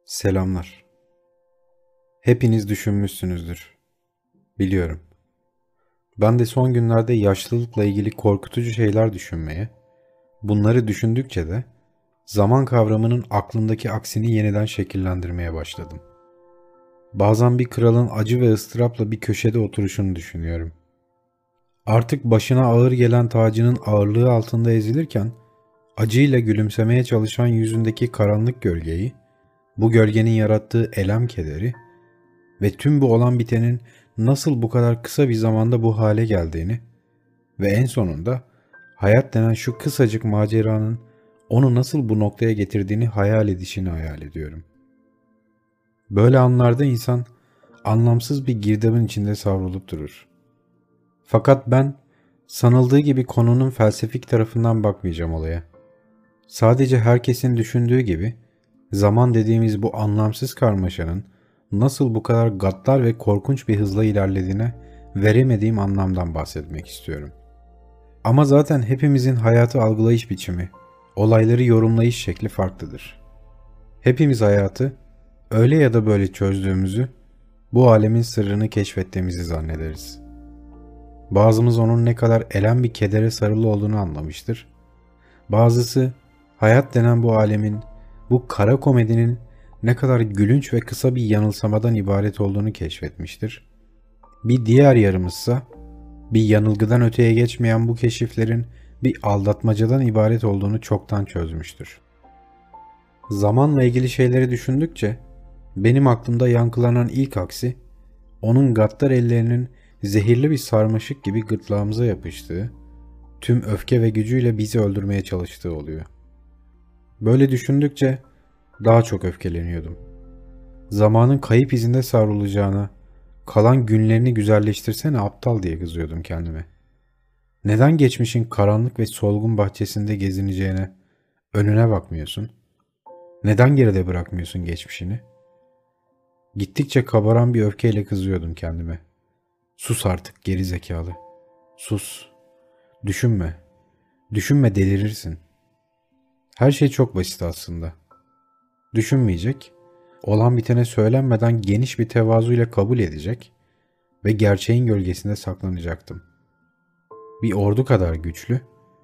Selamlar. Hepiniz düşünmüşsünüzdür. Biliyorum. Ben de son günlerde yaşlılıkla ilgili korkutucu şeyler düşünmeye, bunları düşündükçe de zaman kavramının aklımdaki aksini yeniden şekillendirmeye başladım. Bazen bir kralın acı ve ıstırapla bir köşede oturuşunu düşünüyorum. Artık başına ağır gelen tacının ağırlığı altında ezilirken, acıyla gülümsemeye çalışan yüzündeki karanlık gölgeyi, bu gölgenin yarattığı elem kederi ve tüm bu olan bitenin nasıl bu kadar kısa bir zamanda bu hale geldiğini ve en sonunda hayat denen şu kısacık maceranın onu nasıl bu noktaya getirdiğini hayal ediyorum. Böyle anlarda insan anlamsız bir girdabın içinde savrulup durur. Fakat ben sanıldığı gibi konunun felsefik tarafından bakmayacağım olaya. Sadece herkesin düşündüğü gibi zaman dediğimiz bu anlamsız karmaşanın nasıl bu kadar gaddar ve korkunç bir hızla ilerlediğine veremediğim anlamdan bahsetmek istiyorum. Ama zaten hepimizin hayatı algılayış biçimi, olayları yorumlayış şekli farklıdır. Hepimiz hayatı öyle ya da böyle çözdüğümüzü, bu alemin sırrını keşfettiğimizi zannederiz. Bazımız onun ne kadar elem bir kedere sarılı olduğunu anlamıştır. Bazısı hayat denen bu alemin, bu kara komedinin ne kadar gülünç ve kısa bir yanılsamadan ibaret olduğunu keşfetmiştir. Bir diğer yarımızsa bir yanılgıdan öteye geçmeyen bu keşiflerin bir aldatmacadan ibaret olduğunu çoktan çözmüştür. Zamanla ilgili şeyleri düşündükçe benim aklımda yankılanan ilk aksi onun gaddar ellerinin zehirli bir sarmaşık gibi gırtlağımıza yapıştığı, tüm öfke ve gücüyle bizi öldürmeye çalıştığı oluyor. Böyle düşündükçe daha çok öfkeleniyordum. Zamanın kayıp izinde savrulacağına, kalan günlerini güzelleştirsene aptal diye kızıyordum kendime. Neden geçmişin karanlık ve solgun bahçesinde gezineceğine, önüne bakmıyorsun? Neden geride bırakmıyorsun geçmişini? Gittikçe kabaran bir öfkeyle kızıyordum kendime. Sus artık geri zekalı. Sus. Düşünme. Düşünme delirirsin. Her şey çok basit aslında. Düşünmeyecek, olan bitene söylenmeden geniş bir tevazuyla kabul edecek ve gerçeğin gölgesinde saklanacaktım. Bir ordu kadar güçlü,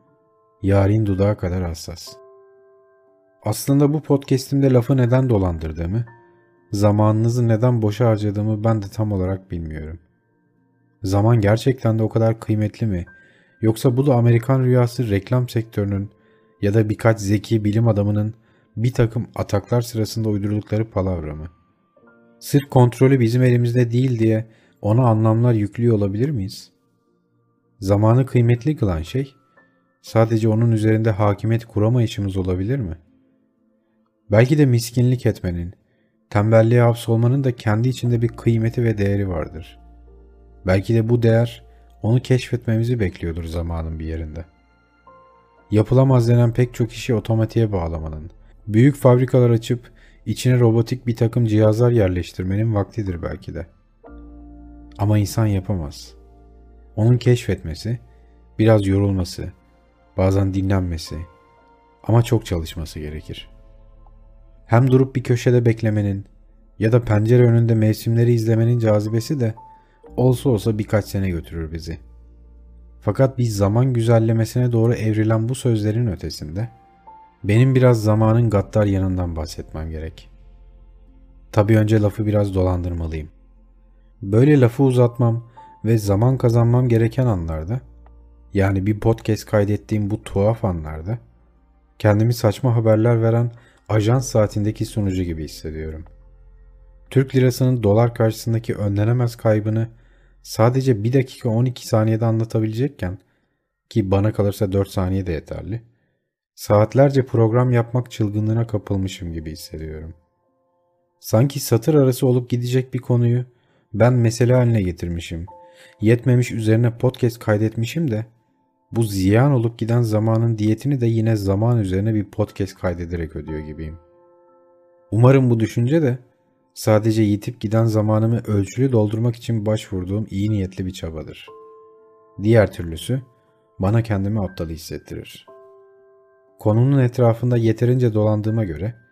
yarın dudağı kadar hassas. Aslında bu podcast'imde lafı neden dolandırdığımı, zamanınızı neden boşa harcadığımı ben de tam olarak bilmiyorum. Zaman gerçekten de o kadar kıymetli mi? Yoksa bu da Amerikan rüyası reklam sektörünün ya da birkaç zeki bilim adamının bir takım ataklar sırasında uydurdukları palavra mı? Sırf kontrolü bizim elimizde değil diye ona anlamlar yüklüyor olabilir miyiz? Zamanı kıymetli kılan şey sadece onun üzerinde hakimiyet kuramayışımız olabilir mi? Belki de miskinlik etmenin, tembelliğe hapsolmanın da kendi içinde bir kıymeti ve değeri vardır. Belki de bu değer onu keşfetmemizi bekliyordur zamanın bir yerinde. Yapılamaz denen pek çok işi otomatiğe bağlamanın, büyük fabrikalar açıp içine robotik bir takım cihazlar yerleştirmenin vaktidir belki de. Ama insan yapamaz. Onun keşfetmesi, biraz yorulması, bazen dinlenmesi ama çok çalışması gerekir. Hem durup bir köşede beklemenin ya da pencere önünde mevsimleri izlemenin cazibesi de olsa olsa birkaç sene götürür bizi. Fakat bir zaman güzellemesine doğru evrilen bu sözlerin ötesinde benim biraz zamanın gaddar yanından bahsetmem gerek. Tabii önce lafı biraz dolandırmalıyım. Böyle lafı uzatmam ve zaman kazanmam gereken anlarda, yani bir podcast kaydettiğim bu tuhaf anlarda, kendimi saçma haberler veren ajans saatindeki sunucu gibi hissediyorum. Türk lirasının dolar karşısındaki önlenemez kaybını sadece 1 dakika 12 saniyede anlatabilecekken, ki bana kalırsa 4 saniye de yeterli, saatlerce program yapmak çılgınlığına kapılmışım gibi hissediyorum. Sanki satır arası olup gidecek bir konuyu ben mesele haline getirmişim, yetmemiş üzerine podcast kaydetmişim de bu ziyan olup giden zamanın diyetini de yine zaman üzerine bir podcast kaydederek ödüyor gibiyim. Umarım bu düşünce de sadece yitip giden zamanımı ölçülü doldurmak için başvurduğum iyi niyetli bir çabadır. Diğer türlüsü bana kendimi aptal hissettirir. Konunun etrafında yeterince dolandığıma göre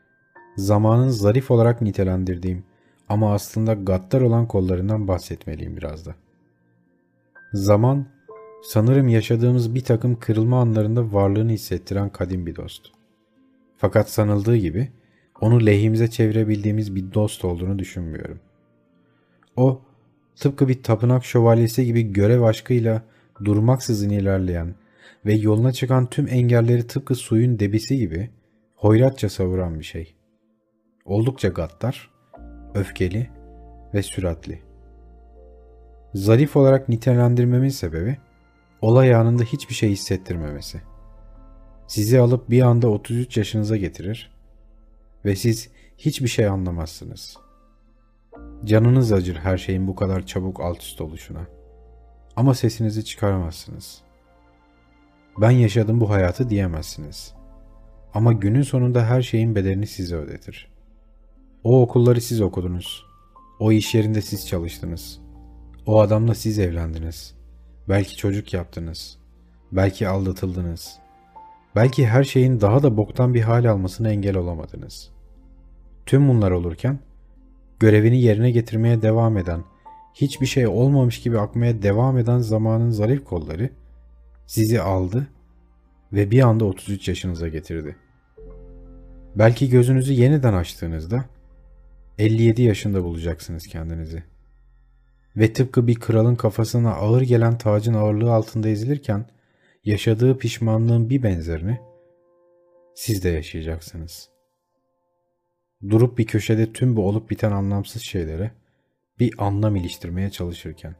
zamanın zarif olarak nitelendirdiğim ama aslında gaddar olan kollarından bahsetmeliyim biraz da. Zaman, sanırım yaşadığımız bir takım kırılma anlarında varlığını hissettiren kadim bir dost. Fakat sanıldığı gibi onu lehimize çevirebildiğimiz bir dost olduğunu düşünmüyorum. O, tıpkı bir tapınak şövalyesi gibi görev aşkıyla durmaksızın ilerleyen ve yoluna çıkan tüm engelleri tıpkı suyun debisi gibi hoyratça savuran bir şey. Oldukça gaddar, öfkeli ve süratli. Zarif olarak nitelendirmemin sebebi, olay anında hiçbir şey hissettirmemesi. Sizi alıp bir anda 33 yaşınıza getirir ve siz hiçbir şey anlamazsınız. Canınız acır her şeyin bu kadar çabuk alt üst oluşuna. Ama sesinizi çıkaramazsınız. Ben yaşadım bu hayatı diyemezsiniz. Ama günün sonunda her şeyin bedelini size ödetir. O okulları siz okudunuz. O iş yerinde siz çalıştınız. O adamla siz evlendiniz. Belki çocuk yaptınız. Belki aldatıldınız. Belki her şeyin daha da boktan bir hal almasına engel olamadınız. Tüm bunlar olurken, görevini yerine getirmeye devam eden, hiçbir şey olmamış gibi akmaya devam eden zamanın zarif kolları sizi aldı ve bir anda 33 yaşınıza getirdi. Belki gözünüzü yeniden açtığınızda 57 yaşında bulacaksınız kendinizi. Ve tıpkı bir kralın kafasına ağır gelen tacın ağırlığı altında ezilirken yaşadığı pişmanlığın bir benzerini siz de yaşayacaksınız. Durup bir köşede tüm bu olup biten anlamsız şeylere bir anlam iliştirmeye çalışırken.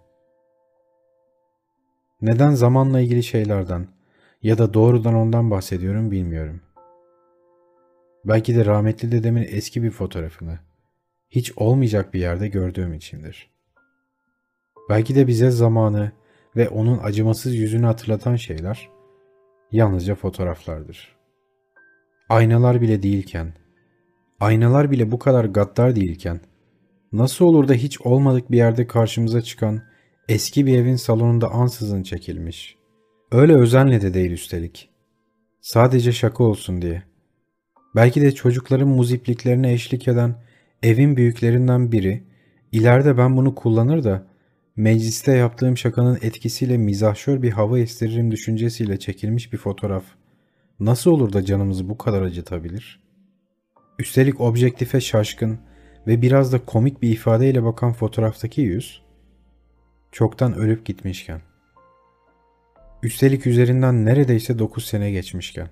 Neden zamanla ilgili şeylerden ya da doğrudan ondan bahsediyorum bilmiyorum. Belki de rahmetli dedemin eski bir fotoğrafını hiç olmayacak bir yerde gördüğüm içindir. Belki de bize zamanı ve onun acımasız yüzünü hatırlatan şeyler yalnızca fotoğraflardır. Aynalar bile değilken, aynalar bile bu kadar gaddar değilken, nasıl olur da hiç olmadık bir yerde karşımıza çıkan eski bir evin salonunda ansızın çekilmiş. Öyle özenle de değil üstelik. Sadece şaka olsun diye. Belki de çocukların muzipliklerine eşlik eden evin büyüklerinden biri, ileride ben bunu kullanır da mecliste yaptığım şakanın etkisiyle mizahşör bir hava estiririm düşüncesiyle çekilmiş bir fotoğraf nasıl olur da canımızı bu kadar acıtabilir? Üstelik objektife şaşkın ve biraz da komik bir ifadeyle bakan fotoğraftaki yüz, çoktan ölüp gitmişken. Üstelik üzerinden neredeyse 9 sene geçmişken.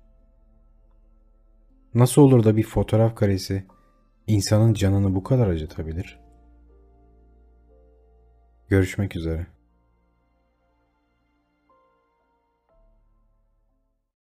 Nasıl olur da bir fotoğraf karesi insanın canını bu kadar acıtabilir? Görüşmek üzere.